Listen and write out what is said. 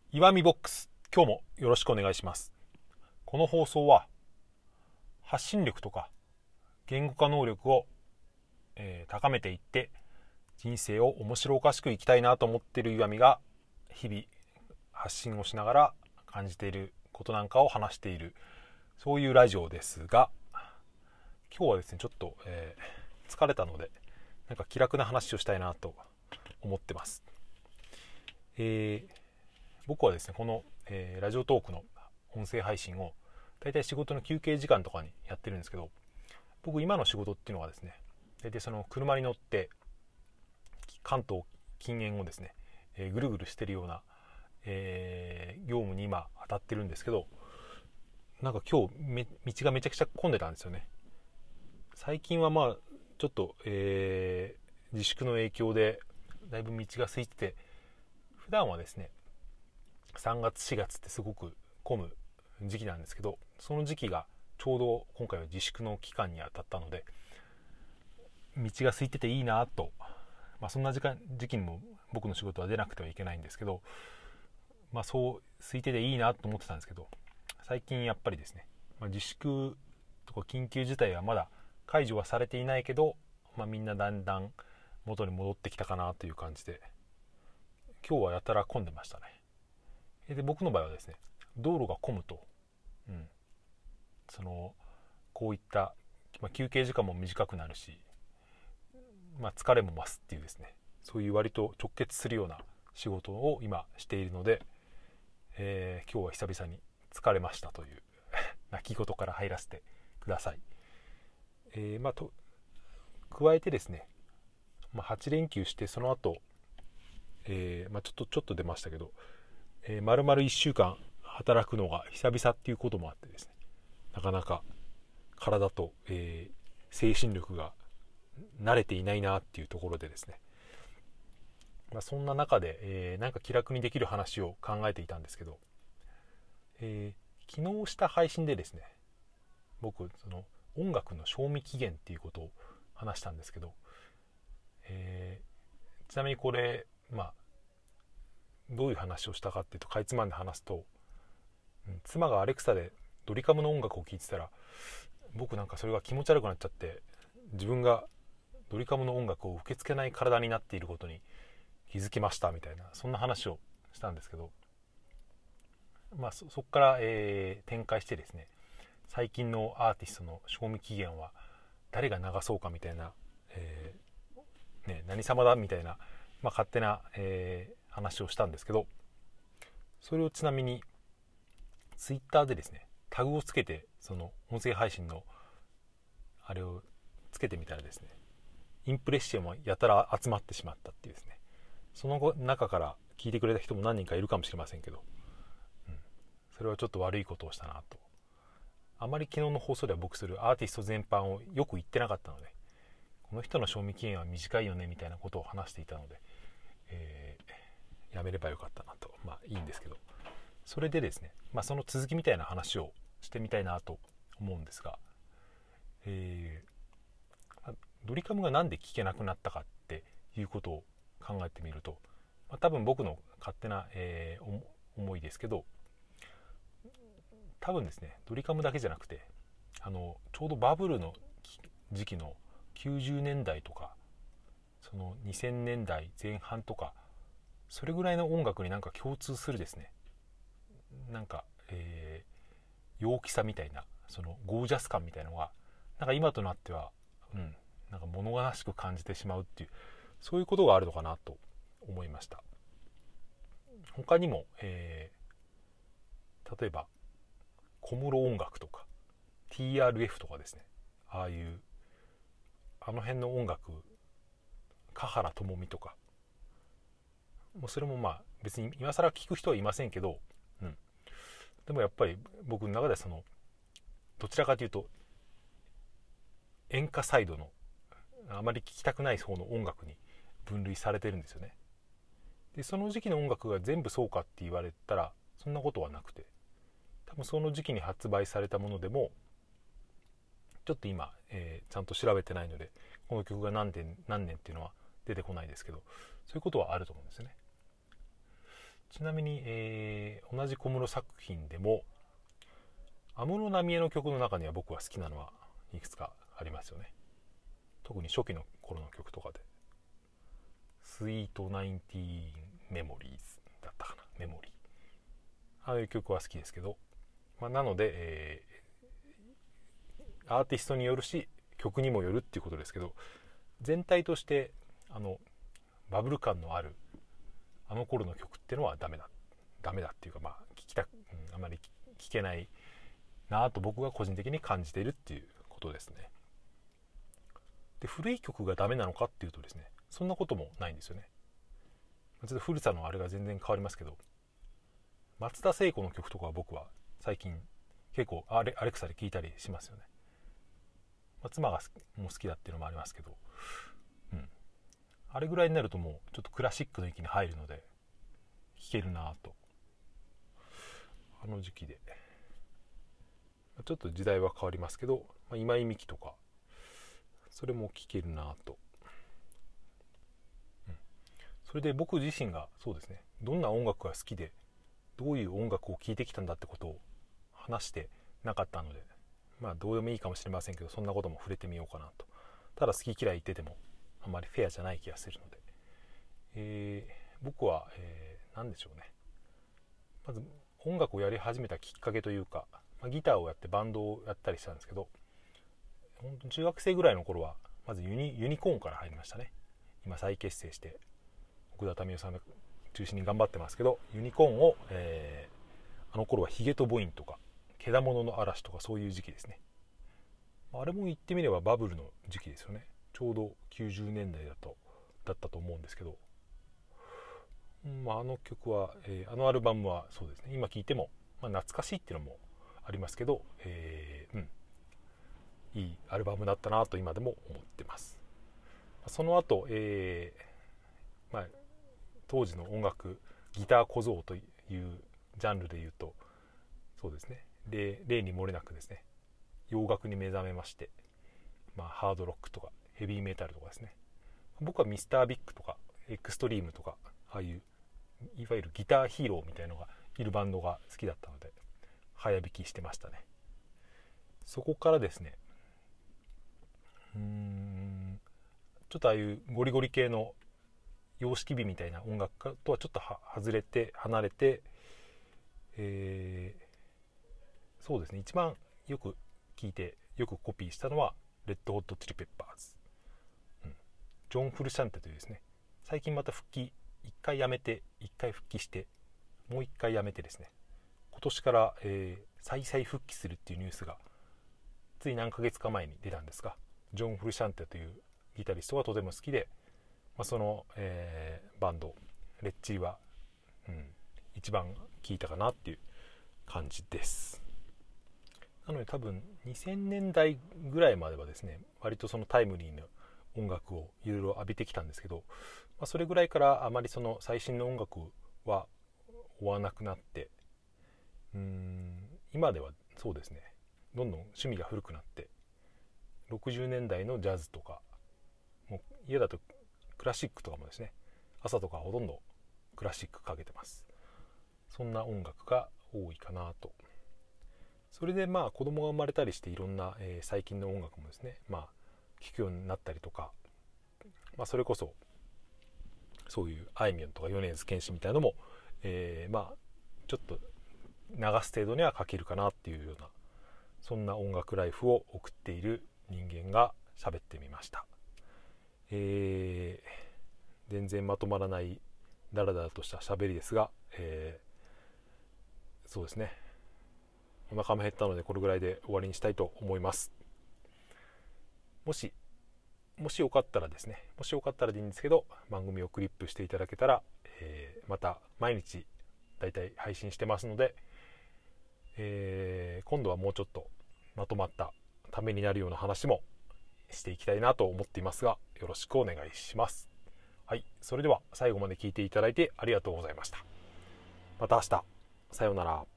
岩見ボックス、今日もよろしくお願いします。この放送は発信力とか言語化能力を、高めていって人生を面白おかしく生きたいなと思っている岩見が日々発信をしながら感じていることなんかを話している、そういうラジオですが、今日はですねちょっと、疲れたのでなんか気楽な話をしたいなと思ってます。僕はですねこの、ラジオトークの音声配信をだいたい仕事の休憩時間とかにやってるんですけど、僕今の仕事っていうのがですねだいたいその車に乗って関東近縁をですね、ぐるぐるしてるような、業務に今当たってるんですけど、なんか今日道がめちゃくちゃ混んでたんですよね。最近はまあちょっと、自粛の影響でだいぶ道が空いてて、普段はですね3月4月ってすごく混む時期なんですけど、その時期がちょうど今回は自粛の期間に当たったので道が空いてていいなと、そんな時期にも僕の仕事は出なくてはいけないんですけど、そう空いてていいなと思ってたんですけど、最近やっぱりですね、自粛とか緊急事態はまだ解除はされていないけど、みんなだんだん元に戻ってきたかなという感じで、今日はやたら混んでましたね。で僕の場合はですね道路が混むと、こういった、休憩時間も短くなるし、疲れも増すっていうですね、そういう割と直結するような仕事を今しているので、今日は久々に疲れましたという泣き言から入らせてください。加えてですね、8連休してその後、ちょっと出ましたけど、丸々1週間働くのが久々っていうこともあってですね、なかなか体と、精神力が慣れていないなっていうところでですね、そんな中で、なんか気楽にできる話を考えていたんですけど、昨日した配信でですね、僕その音楽の賞味期限っていうことを話したんですけど、ちなみにこれどういう話をしたかっていうと、かいつまんで話すと、妻がアレクサでドリカムの音楽を聴いてたら、僕なんかそれが気持ち悪くなっちゃって、自分がドリカムの音楽を受け付けない体になっていることに気づきましたみたいな、そんな話をしたんですけど、そこから、展開してですね、最近のアーティストの賞味期限は誰が流そうかみたいな、何様だみたいな、勝手な、話をしたんですけど、それをちなみにツイッターでですねタグをつけて、その音声配信のあれをつけてみたらですね、インプレッションもやたら集まってしまったっていうですね、その中から聞いてくれた人も何人かいるかもしれませんけど、それはちょっと悪いことをしたなと。あまり昨日の放送では僕するアーティスト全般をよく言ってなかったので、この人の賞味期限は短いよねみたいなことを話していたので、やめればよかったなと。いいんですけど、それでですね、その続きみたいな話をしてみたいなと思うんですが、ドリカムがなんで聴けなくなったかっていうことを考えてみると、多分僕の勝手な、思いですけど、多分ですねドリカムだけじゃなくて、ちょうどバブルの時期の90年代とか、その2000年代前半とか、それぐらいの音楽になんか共通するですね、なんか、陽気さみたいな、そのゴージャス感みたいなのがなんか今となっては、なんか物悲しく感じてしまうっていう、そういうことがあるのかなと思いました。他にも、例えば小室音楽とか TRF とかですね、あの辺の音楽、華原朋美とか、もうそれも別に今更聞く人はいませんけど、でもやっぱり僕の中ではどちらかというと演歌サイドのあまり聴きたくない方の音楽に分類されてるんですよね。でその時期の音楽が全部そうかって言われたらそんなことはなくて、多分その時期に発売されたものでもちょっと今、ちゃんと調べてないのでこの曲が何年っていうのは出てこないですけど、そういうことはあると思うんですよね。 ちなみに、同じ小室作品でも安室奈美恵の曲の中には僕は好きなのはいくつかありますよね。特に初期の頃の曲とかでスイートナインティーンメモリーズだったかな、メモリー、ああいう曲は好きですけど、なので、アーティストによるし曲にもよるっていうことですけど、全体としてバブル感のあるあの頃の曲っていうのはダメだっていうか、あまり聴けないなと僕が個人的に感じているっていうことですね。で、古い曲がダメなのかっていうとですね、そんなこともないんですよね。ちょっと古さのあれが全然変わりますけど、松田聖子の曲とかは僕は最近結構アレクサで聴いたりしますよね。妻がもう好きだっていうのもありますけど、あれぐらいになるともうちょっとクラシックの域に入るので聴けるなと。あの時期でちょっと時代は変わりますけど、今井美樹とかそれも聴けるなと。それで僕自身がそうですね、どんな音楽が好きでどういう音楽を聴いてきたんだってことを話してなかったので、どうでもいいかもしれませんけど、そんなことも触れてみようかなと。ただ好き嫌い言っててもあまりフェアじゃない気がするので、僕は、何でしょうね、まず音楽をやり始めたきっかけというか、ギターをやってバンドをやったりしたんですけど、本当に中学生ぐらいの頃はまずユニコーンから入りましたね。今再結成して奥田民生さんが中心に頑張ってますけど、ユニコーンを、あの頃はヒゲとボインとかけだものの嵐とかそういう時期ですね。あれも言ってみればバブルの時期ですよね。ちょうど90年代だったと思うんですけど、あの曲は、あのアルバムはそうですね、今聴いても、懐かしいっていうのもありますけど、いいアルバムだったなと今でも思ってます。その後、当時の音楽ギター小僧というジャンルでいうとそうですね、例に漏れなくですね、洋楽に目覚めまして、ハードロックとかヘビーメタルとかですね、僕はミスタービッグとかエクストリームとか、ああいういわゆるギターヒーローみたいのがいるバンドが好きだったので早弾きしてましたね。そこからですね、ちょっとああいうゴリゴリ系の様式美みたいな音楽とはちょっと離れて、そうですね、一番よく聴いてよくコピーしたのはレッドホットチリペッパーズ、ジョン・フルシャンテというですね、最近また一回やめて一回復帰してもう一回やめてですね、今年から、再々復帰するっていうニュースがつい何ヶ月か前に出たんですが、ジョン・フルシャンテというギタリストがとても好きで、その、バンドレッチリは、一番聴いたかなっていう感じです。なので多分2000年代ぐらいまではですね、割とそのタイムリーな音楽をいろいろ浴びてきたんですけど、それぐらいからあまりその最新の音楽は追わなくなって、今ではそうですね、どんどん趣味が古くなって60年代のジャズとか、もう家だとクラシックとかもですね、朝とかほとんどクラシックかけてます。そんな音楽が多いかなと。それで子供が生まれたりしていろんな、最近の音楽もですね、聴くようになったりとか、それこそそういうあいみょんとか米津玄師みたいなのも、ちょっと流す程度には書けるかなっていうような、そんな音楽ライフを送っている人間が喋ってみました。全然まとまらないダラダラとした喋りですが、そうですね、お腹も減ったのでこれぐらいで終わりにしたいと思います。もしよかったらですね、もしよかったらでいいんですけど、番組をクリップしていただけたら、また毎日だいたい配信してますので、今度はもうちょっとまとまったためになるような話もしていきたいなと思っていますが、よろしくお願いします。はい、それでは最後まで聞いていただいてありがとうございました。また明日、さようなら。